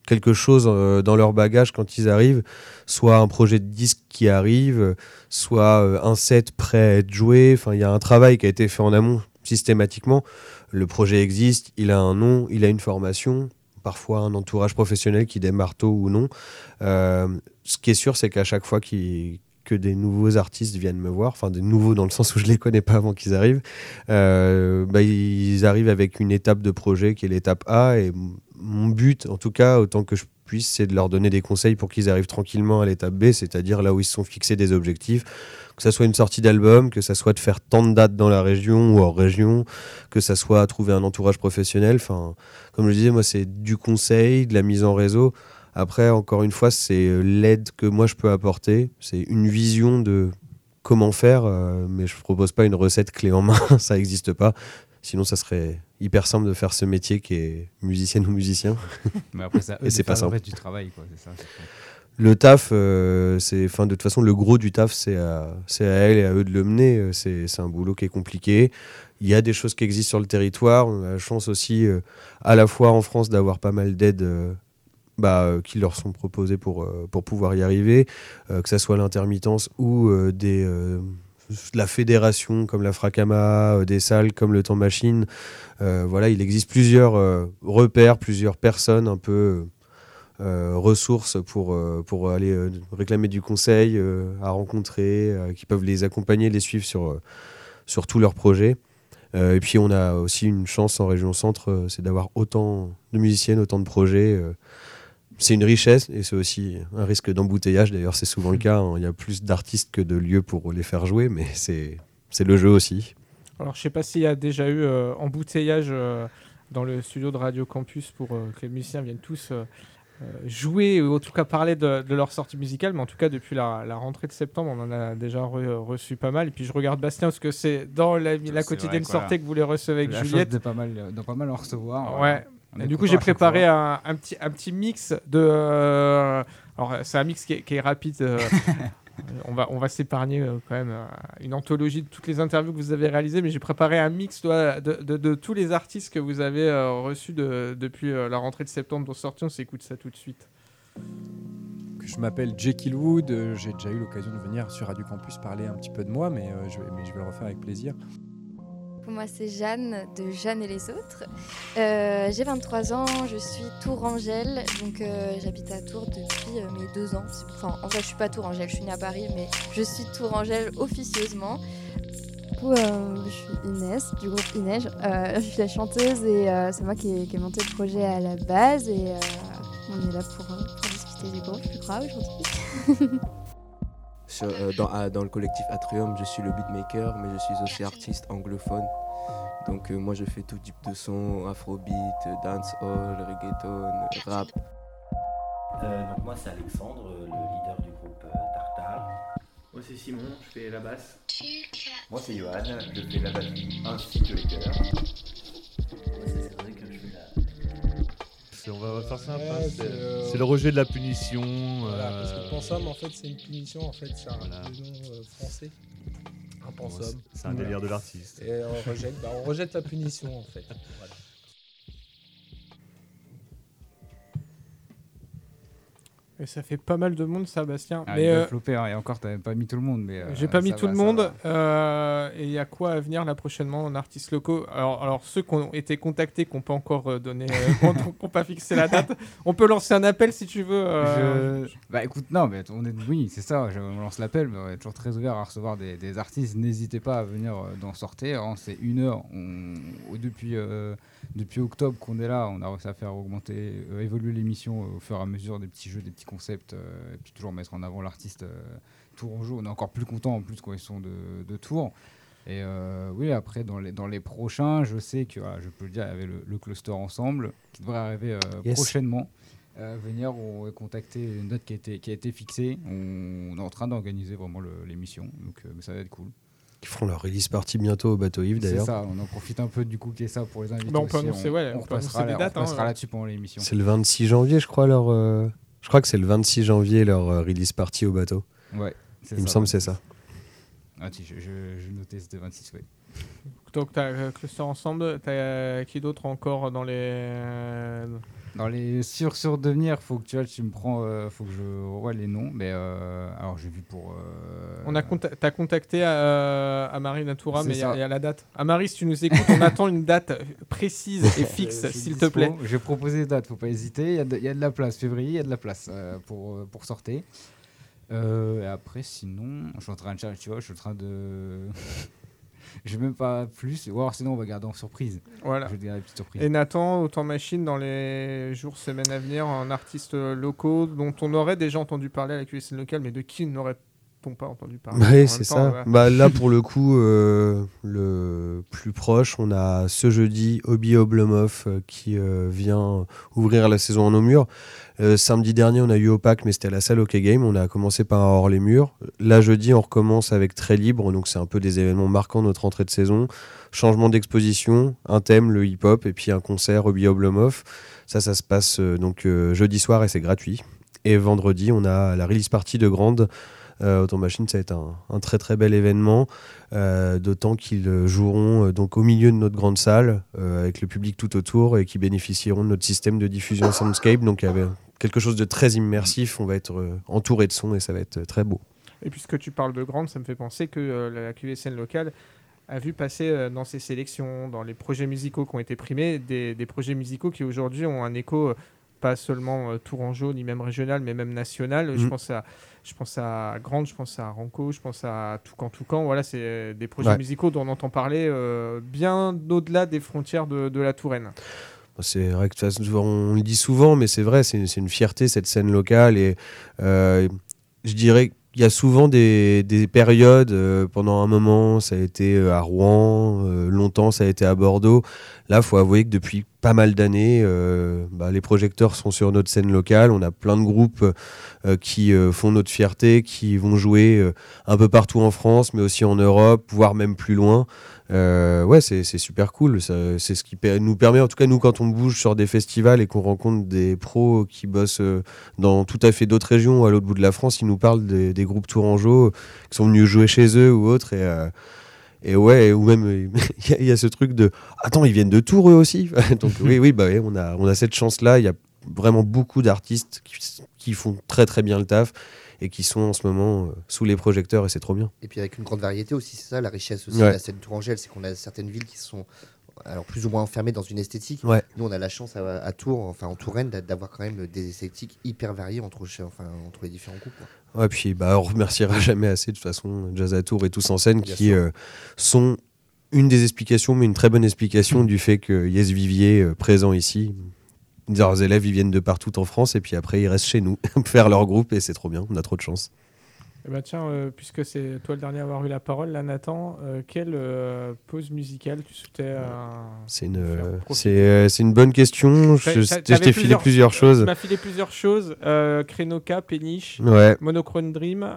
Speaker 4: quelque chose euh, dans leur bagage quand ils arrivent, soit un projet de disque qui arrive, soit euh, un set prêt à être joué. Enfin, il y a un travail qui a été fait en amont systématiquement. Le projet existe, il a un nom, il a une formation, parfois un entourage professionnel qui démarre tôt ou non. Euh, ce qui est sûr, c'est qu'à chaque fois qu'il que des nouveaux artistes viennent me voir, enfin des nouveaux dans le sens où je les connais pas avant qu'ils arrivent, euh, bah, ils arrivent avec une étape de projet qui est l'étape A, et m- mon but, en tout cas, autant que je puisse, c'est de leur donner des conseils pour qu'ils arrivent tranquillement à l'étape B, c'est-à-dire là où ils se sont fixés des objectifs, que ça soit une sortie d'album, que ça soit de faire tant de dates dans la région ou hors région, que ça soit trouver un entourage professionnel. Enfin, comme je disais, moi, c'est du conseil, de la mise en réseau. Après, encore une fois, c'est l'aide que moi je peux apporter. C'est une vision de comment faire, euh, mais je ne propose pas une recette clé en main, ça n'existe pas. Sinon, ça serait hyper simple de faire ce métier qui est musicienne ou musicien.
Speaker 3: Mais après, ça, eux,
Speaker 4: Et c'est pas simple.
Speaker 3: Le reste du travail, quoi, c'est ça. C'est ça.
Speaker 4: Le taf, euh, c'est, fin, de toute façon, le gros du taf, c'est à, c'est à elle et à eux de le mener. C'est, c'est un boulot qui est compliqué. Il y a des choses qui existent sur le territoire. On a la chance aussi, euh, à la fois en France, d'avoir pas mal d'aides euh, bah, euh, qui leur sont proposées pour, euh, pour pouvoir y arriver, euh, que ça soit l'intermittence ou euh, des, euh, la fédération comme la Fracama, euh, des salles comme le Temps Machine. Euh, voilà, il existe plusieurs euh, repères, plusieurs personnes un peu... Euh, ressources pour, euh, pour aller euh, réclamer du conseil, euh, à rencontrer, euh, qui peuvent les accompagner, les suivre sur, euh, sur tous leurs projets. Euh, et puis on a aussi une chance en région centre, euh, c'est d'avoir autant de musiciennes, autant de projets. Euh, c'est une richesse et c'est aussi un risque d'embouteillage. D'ailleurs, c'est souvent le cas. Hein. Il y a plus d'artistes que de lieux pour les faire jouer, mais c'est, c'est le jeu aussi.
Speaker 2: Alors, je ne sais pas s'il y a déjà eu euh, embouteillage euh, dans le studio de Radio Campus pour euh, que les musiciens viennent tous... Euh, Euh, jouer ou en tout cas parler de, de leur sortie musicale, mais en tout cas depuis la, la rentrée de septembre on en a déjà re, reçu pas mal. Et puis je regarde Bastien parce que c'est dans la, la
Speaker 3: c'est
Speaker 2: quotidienne
Speaker 3: vrai,
Speaker 2: sortie
Speaker 3: voilà.
Speaker 2: que vous les recevez avec
Speaker 3: La
Speaker 2: Juliette.
Speaker 3: De pas mal, de pas mal en recevoir.
Speaker 2: Ouais.
Speaker 3: Euh,
Speaker 2: Et du coup j'ai préparé un, un, petit, un petit mix de... Euh, alors c'est un mix qui est, qui est rapide. Euh, on, va, on va s'épargner euh, quand même euh, une anthologie de toutes les interviews que vous avez réalisées, mais j'ai préparé un mix de, de, de, de tous les artistes que vous avez euh, reçus de, depuis euh, la rentrée de septembre dont sortie. On s'écoute ça tout de suite.
Speaker 8: Je m'appelle Jekyll Wood, euh, j'ai déjà eu l'occasion de venir sur Radio Campus parler un petit peu de moi, mais, euh, je, vais, mais je vais le refaire avec plaisir.
Speaker 9: Moi, c'est Jeanne de Jeanne et les autres. Euh, j'ai vingt-trois ans, je suis tourangelle, donc euh, j'habite à Tours depuis euh, mes deux ans. Enfin, en vrai, je suis pas tourangelle, je suis née à Paris, mais je suis tourangelle officieusement. Du coup, euh, je suis Inès, du groupe Inej. Euh, je suis la chanteuse et euh, c'est moi qui ai, qui ai monté le projet à la base. Et euh, on est là pour, euh, pour discuter des groupes, je crois, aujourd'hui.
Speaker 10: Sur, euh, dans, à, dans le collectif Atrium, je suis le beatmaker, mais je suis aussi artiste anglophone. Donc euh, moi je fais tout type de son, afrobeat, dancehall, reggaeton, rap.
Speaker 11: Euh, donc moi c'est Alexandre, le leader du groupe euh, Tartare.
Speaker 12: Moi c'est Simon, je fais la basse.
Speaker 13: Moi c'est Johan, je fais la batterie ainsi que les chœurs.
Speaker 11: Moi c'est Cédric, je fais la...
Speaker 14: C'est, on va faire simple,
Speaker 15: ouais,
Speaker 14: hein, c'est,
Speaker 15: c'est, euh...
Speaker 14: c'est le rejet de la punition.
Speaker 15: Voilà,
Speaker 14: euh...
Speaker 15: parce que Pensum en fait c'est une punition, en fait c'est un voilà. nom euh, français. Un Pensum.
Speaker 14: Bon, c'est, c'est un délire de l'artiste.
Speaker 15: Et on rejette, bah, on rejette la punition en fait. Voilà.
Speaker 2: Et ça fait pas mal de monde, ça, Bastien.
Speaker 3: Ah,
Speaker 2: mais
Speaker 3: il
Speaker 2: euh,
Speaker 3: flopper, hein, et encore, t'avais pas mis tout le monde. Mais, euh,
Speaker 2: j'ai pas mis tout
Speaker 3: va,
Speaker 2: le monde. Euh, et il y a quoi à venir là prochainement en artistes locaux? Alors, alors, ceux qui ont été contactés, qui n'ont pas encore euh, donné, euh, qui n'ont pas fixé la date, on peut lancer un appel si tu veux. Euh...
Speaker 3: Je... Bah écoute, non, mais on est... oui, c'est ça, je lance l'appel, mais on est toujours très ouvert à recevoir des, des artistes. N'hésitez pas à venir euh, d'en sortir. Hein, c'est une heure. On... Depuis, euh, depuis octobre qu'on est là, on a réussi à faire augmenter, euh, évoluer l'émission euh, au fur et à mesure des petits jeux, des petits concepts. Euh, et puis toujours mettre en avant l'artiste euh, tourangeau. On est encore plus content en plus quand ils sont de, de Tours. Et euh, oui, après dans les, dans les prochains, je sais que voilà, je peux le dire, il y avait le, le cluster ensemble qui devrait arriver euh, yes. prochainement. Euh, venir, on va contacter une date qui a été, qui a été fixée. On, on est en train d'organiser vraiment le, l'émission, donc euh, ça va être cool.
Speaker 4: Ils feront leur release party bientôt au Bateau Yves d'ailleurs.
Speaker 3: C'est ça, on en profite un peu du coup qu'il y ait ça pour les invités.
Speaker 2: Bah on peut
Speaker 3: aussi.
Speaker 2: annoncer,
Speaker 3: on,
Speaker 2: ouais,
Speaker 3: on,
Speaker 2: on
Speaker 3: repassera,
Speaker 2: des dates,
Speaker 3: on repassera
Speaker 2: hein,
Speaker 3: là-dessus pendant l'émission.
Speaker 4: C'est le vingt-six janvier, je crois, leur. Euh... Je crois que c'est le vingt-six janvier leur euh, release party au bateau.
Speaker 3: Ouais, c'est
Speaker 4: Il
Speaker 3: ça.
Speaker 4: me semble que c'est ça.
Speaker 3: Ah, si, je, je, je notais, c'était vingt-six, oui.
Speaker 2: Donc, tu as Cluster Ensemble, tu as qui d'autre encore dans les.
Speaker 3: Dans les sur sur devenir, faut que tu vois, tu me prends, euh, faut que je vois les noms. Mais euh, alors j'ai vu pour. Euh...
Speaker 2: On a conta- t'as contacté euh, Amari Natura,
Speaker 3: C'est
Speaker 2: mais il y,
Speaker 3: ça.
Speaker 2: y a la date. Amari, si tu nous écoutes, on attend une date précise et fixe,
Speaker 3: Je suis
Speaker 2: s'il
Speaker 3: dispo.
Speaker 2: te plaît.
Speaker 3: J'ai proposé des dates, faut pas hésiter. Il y a de, il y a de la place. Février, il y a de la place euh, pour euh, pour sortir. Euh, et après, sinon, je suis en train de chercher, tu vois, je suis en train de. J'ai même pas plus. Ou alors sinon, on va garder en surprise.
Speaker 2: Voilà.
Speaker 3: Je dirais petite surprise.
Speaker 2: Et Nathan, Autant Machine, dans les jours, semaines à venir, un artiste locaux dont on aurait déjà entendu parler à la Q S N locale, mais de qui n'aurait-on pas entendu parler?
Speaker 4: Oui, c'est ça. Ouais. Bah, là, pour le coup, euh, le plus proche, on a ce jeudi Obi Oblomov euh, qui euh, vient ouvrir la saison en nos murs. Euh, samedi dernier, on a eu Opaque, mais c'était à la salle OK Game. On a commencé par un hors les murs. Là, jeudi, on recommence avec Très Libre. Donc, c'est un peu des événements marquants de notre entrée de saison. Changement d'exposition, un thème, le hip-hop, et puis un concert Obi Oblomov. Ça, ça se passe euh, donc euh, jeudi soir et c'est gratuit. Et vendredi, on a la release party de Grande. Euh, Autant Machine, ça va être un, un très très bel événement, euh, d'autant qu'ils joueront euh, donc au milieu de notre grande salle, euh, avec le public tout autour, et qui bénéficieront de notre système de diffusion Soundscape. Donc il y avait quelque chose de très immersif, on va être euh, entouré de son et ça va être euh, très beau.
Speaker 2: Et puisque tu parles de Grande, ça me fait penser que euh, la Q S N locale a vu passer euh, dans ses sélections, dans les projets musicaux qui ont été primés, des, des projets musicaux qui aujourd'hui ont un écho euh, pas seulement euh, tourangeau, ni même régional, mais même national. Mmh. Je pense à Je pense à Grande, je pense à Ranco, je pense à Toucan Toucan. Voilà, c'est des projets ouais. musicaux dont on entend parler euh, bien au-delà des frontières de, de la Touraine.
Speaker 4: C'est vrai que on le dit souvent, mais c'est vrai, c'est, c'est une fierté cette scène locale. Et euh, je dirais qu'il y a souvent des, des périodes. Euh, pendant un moment, ça a été à Rouen, euh, longtemps, ça a été à Bordeaux. Là, il faut avouer que depuis pas mal d'années, euh, bah, les projecteurs sont sur notre scène locale. On a plein de groupes euh, qui euh, font notre fierté, qui vont jouer euh, un peu partout en France, mais aussi en Europe, voire même plus loin. Euh, ouais, c'est, c'est super cool. Ça, c'est ce qui per- nous permet, en tout cas nous, quand on bouge sur des festivals et qu'on rencontre des pros qui bossent euh, dans tout à fait d'autres régions ou à l'autre bout de la France, ils nous parlent des, des groupes tourangeaux qui sont venus jouer chez eux ou autres. Et, euh, et ouais, ou même il y, y a ce truc de attends, ils viennent de Tours eux aussi. Donc oui, oui, bah ouais, on a on a cette chance-là. Il y a vraiment beaucoup d'artistes qui, qui font très très bien le taf et qui sont en ce moment euh, sous les projecteurs et c'est trop bien.
Speaker 5: Et puis avec une grande variété aussi, c'est ça la richesse aussi
Speaker 4: ouais.
Speaker 5: de la scène tourangelle, c'est qu'on a certaines villes qui sont alors plus ou moins enfermées dans une esthétique.
Speaker 4: Ouais.
Speaker 5: Nous on a la chance à, à Tours, enfin en Touraine, d'avoir quand même des esthétiques hyper variées entre, enfin, entre les différents groupes. Quoi.
Speaker 4: Ouais, puis bah, on remerciera jamais assez de toute façon Jazz à Tours et Tous en scène bien qui euh, sont une des explications, mais une très bonne explication mmh. du fait que Yes Vivier euh, présent ici. Leurs élèves, ils viennent de partout en France et puis après, ils restent chez nous faire leur groupe et c'est trop bien, on a trop de chance.
Speaker 2: Eh ben tiens, euh, puisque c'est toi le dernier à avoir eu la parole, là, Nathan, euh, quelle euh, pause musicale tu souhaitais euh,
Speaker 4: c'est, une, euh, c'est, euh, c'est une bonne question. Je, je t'ai filé plusieurs,
Speaker 2: plusieurs
Speaker 4: choses.
Speaker 2: Tu m'as filé plusieurs choses. Euh, Krenoka, Péniche,
Speaker 4: ouais.
Speaker 2: Monochrome Dream. Euh...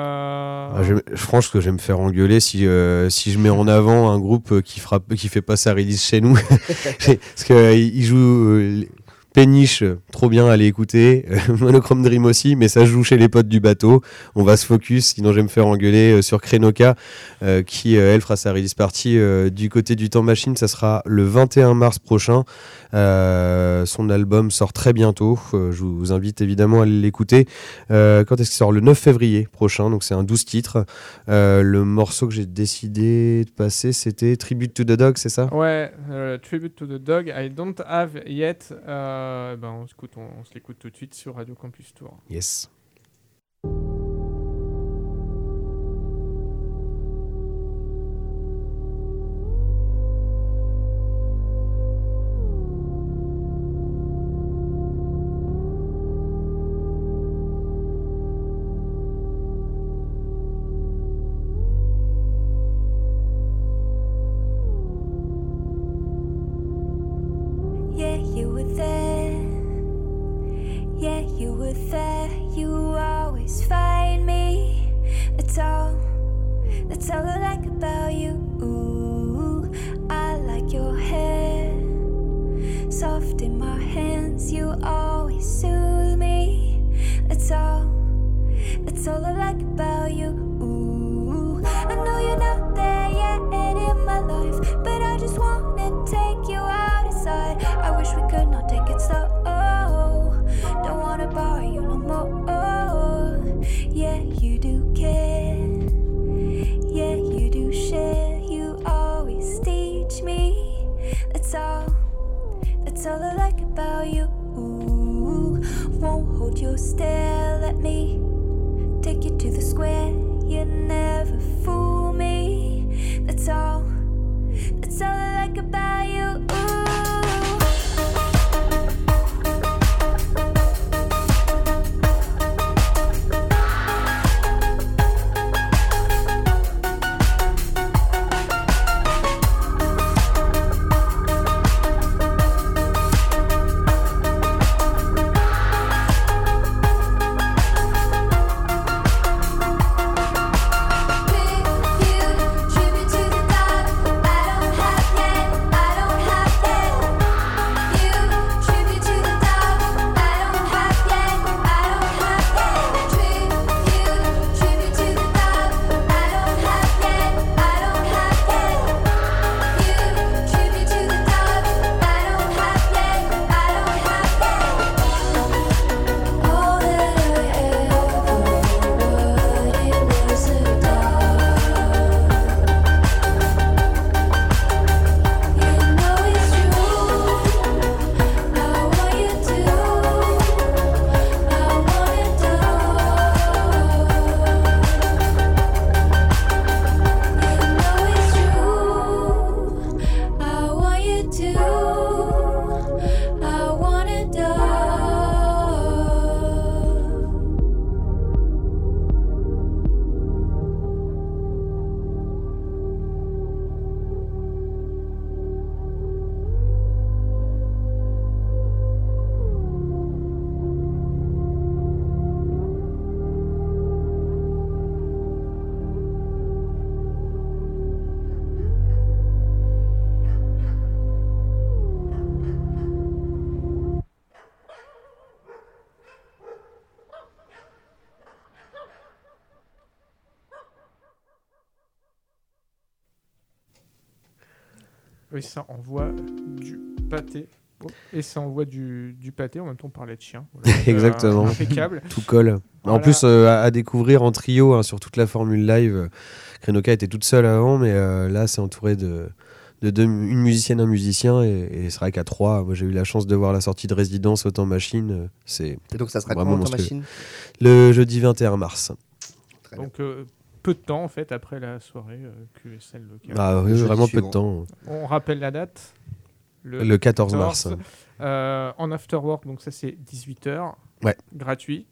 Speaker 4: Ah, je, je pense que je vais me faire engueuler si, euh, si je mets en avant un groupe qui frappe, qui fait pas sa release chez nous. Parce qu'ils euh, jouent... Euh, Péniche, trop bien, allez écouter. Euh, Monochrome Dream aussi, mais ça joue chez les potes du bateau. On va se focus, sinon je vais me faire engueuler euh, sur Krenoka, euh, qui, euh, elle, fera sa release party euh, du côté du Temps Machine. Ça sera le vingt et un mars prochain. Euh, son album sort très bientôt. Euh, je vous invite évidemment à aller l'écouter. Euh, quand est-ce qu'il sort ? Le neuf février prochain, donc c'est un douze titres. Euh, le morceau que j'ai décidé de passer, c'était Tribute to the Dog, c'est ça ?
Speaker 2: Ouais, euh, Tribute to the Dog, I don't have yet... Euh... Euh, ben, on, écoute, on, on se l'écoute tout de suite sur Radio Campus Tour.
Speaker 4: Yes.
Speaker 16: Yeah, you were there. Yeah, you were there. You always find me. That's all. That's all I like about you. Ooh, I like your hair. Soft in my hands. You always soothe me. That's all. That's all I like about you. Ooh, I know you're not there yet in my life, but oh, yeah, you do care. Yeah, you do share. You always teach me. That's all. That's all I like about you. Ooh, won't hold your stare. Let me take you to the square. You never fool me. That's all. That's all I like about you. Ooh.
Speaker 2: Oui, ça envoie du pâté. Oh, et ça envoie du, du pâté. En même temps, on parlait de chien. Voilà.
Speaker 4: Exactement.
Speaker 2: Euh, impeccable.
Speaker 4: Tout colle.
Speaker 2: Voilà.
Speaker 4: En plus, euh, à, à découvrir en trio hein, sur toute la formule live. Krenoka était toute seule avant, mais euh, là, c'est entouré de, de deux, une musicienne, un musicien. Et, et c'est vrai qu'à trois, moi, j'ai eu la chance de voir la sortie de Résidence au Temps Machine. C'est
Speaker 5: et donc, ça sera
Speaker 4: vraiment
Speaker 5: quand au Temps
Speaker 4: monstrueux.
Speaker 5: Machine ?
Speaker 4: Le jeudi vingt et un mars.
Speaker 5: Très
Speaker 2: donc, euh, peu de temps, en fait, après la soirée euh, Q S L locale.
Speaker 4: Ah oui, vraiment peu de temps.
Speaker 2: On rappelle la date.
Speaker 4: Le, le quatorze mars.
Speaker 2: Euh, en afterwork, donc ça c'est dix-huit heures.
Speaker 4: Ouais.
Speaker 2: Gratuit.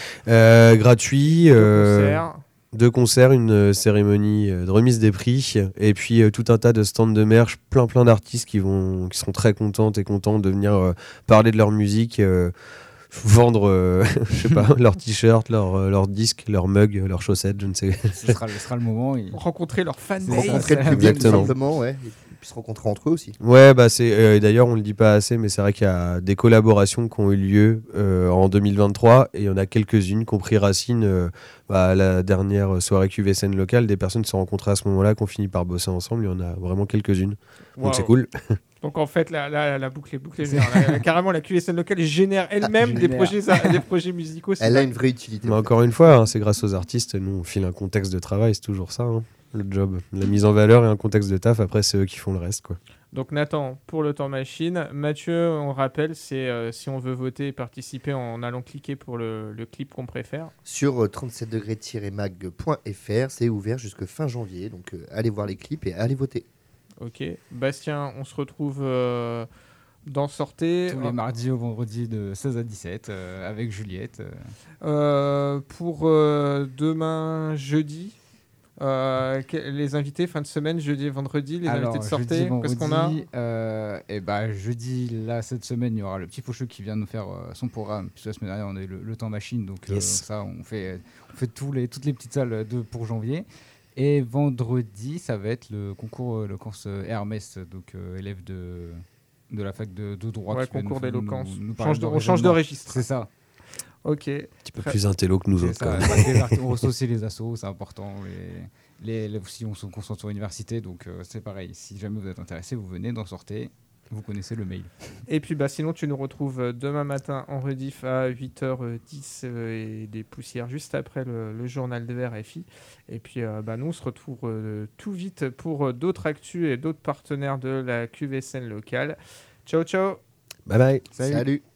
Speaker 4: Euh, gratuit.
Speaker 2: Deux
Speaker 4: euh,
Speaker 2: concerts.
Speaker 4: Deux concerts, une euh, cérémonie euh, de remise des prix et puis euh, tout un tas de stands de merch, plein plein d'artistes qui vont, qui seront très contentes et contents de venir euh, parler de leur musique, euh, vendre, euh, je sais pas, leurs t-shirts, leurs euh, leurs disques, leurs mugs, leurs chaussettes, je ne sais.
Speaker 3: Ce sera, ce sera le moment. Et...
Speaker 2: Rencontrer leurs fans.
Speaker 5: Rencontrer le public tout simplement, ouais. Et puis se rencontrer entre eux aussi.
Speaker 4: Ouais, bah c'est euh, d'ailleurs on le dit pas assez, mais c'est vrai qu'il y a des collaborations qui ont eu lieu euh, en deux mille vingt-trois et il y en a quelques-unes, compris Racine, euh, bah, la dernière soirée Q V S N locale, des personnes qui se sont rencontrées à ce moment-là, qui ont fini par bosser ensemble. Il y en a vraiment quelques-unes,
Speaker 2: wow.
Speaker 4: Donc c'est cool.
Speaker 2: Donc en fait, la, la, la boucle est bouclée. La, la, carrément, la Q S N locale génère elle-même ah, des, projets, des projets musicaux.
Speaker 5: Elle
Speaker 2: pas...
Speaker 5: a une vraie utilité.
Speaker 4: Mais encore une fois, hein, c'est grâce aux artistes. Nous, on file un contexte de travail, c'est toujours ça, hein, le job. La mise en valeur et un contexte de taf. Après, c'est eux qui font le reste, quoi.
Speaker 2: Donc Nathan, pour le Temps Machine. Mathieu, on rappelle, c'est euh, si on veut voter et participer en allant cliquer pour le, le clip qu'on préfère.
Speaker 5: Sur euh, trente-sept degrés tiret mag point f r, c'est ouvert jusqu'à fin janvier. Donc euh, allez voir les clips et allez voter.
Speaker 2: Ok. Bastien, on se retrouve euh, dans Sortez.
Speaker 3: Tous les mardis au vendredi de seize à dix-sept euh, avec Juliette. Euh.
Speaker 2: Euh, pour euh, demain, jeudi. Euh, les invités fin de semaine, jeudi et vendredi, les
Speaker 3: Alors,
Speaker 2: invités de Sortez,
Speaker 3: jeudi, vendredi,
Speaker 2: qu'est-ce qu'on a
Speaker 3: euh, et bah, jeudi, là, cette semaine, il y aura le petit Faucheux qui vient nous faire euh, son programme. Puisque la semaine dernière, on a eu le, le Temps Machine, donc
Speaker 4: yes.
Speaker 3: euh, ça, on fait, on fait tous les, toutes les petites salles de, pour janvier. Et vendredi, ça va être le concours l'éloquence Hermès, donc euh, élève de, de la fac de, de droit.
Speaker 2: Ouais,
Speaker 3: qui
Speaker 2: concours d'éloquence.
Speaker 3: Change
Speaker 2: on change de registre.
Speaker 3: C'est ça.
Speaker 2: Ok. Un
Speaker 4: petit peu plus intello que nous autres.
Speaker 3: Ça,
Speaker 4: quand même.
Speaker 3: on reçoit aussi les assos, c'est important. Les, les, les, aussi, on se concentre sur l'université, donc euh, c'est pareil. Si jamais vous êtes intéressé, vous venez, d'en sortez. Vous connaissez le mail.
Speaker 2: Et puis bah, sinon, tu nous retrouves demain matin en rediff à huit heures dix euh, et des poussières juste après le, le journal de R F I. Et puis euh, bah, nous, on se retrouve euh, tout vite pour euh, d'autres actus et d'autres partenaires de la Q V S N locale. Ciao, ciao.
Speaker 4: Bye bye.
Speaker 2: Salut.
Speaker 5: Salut.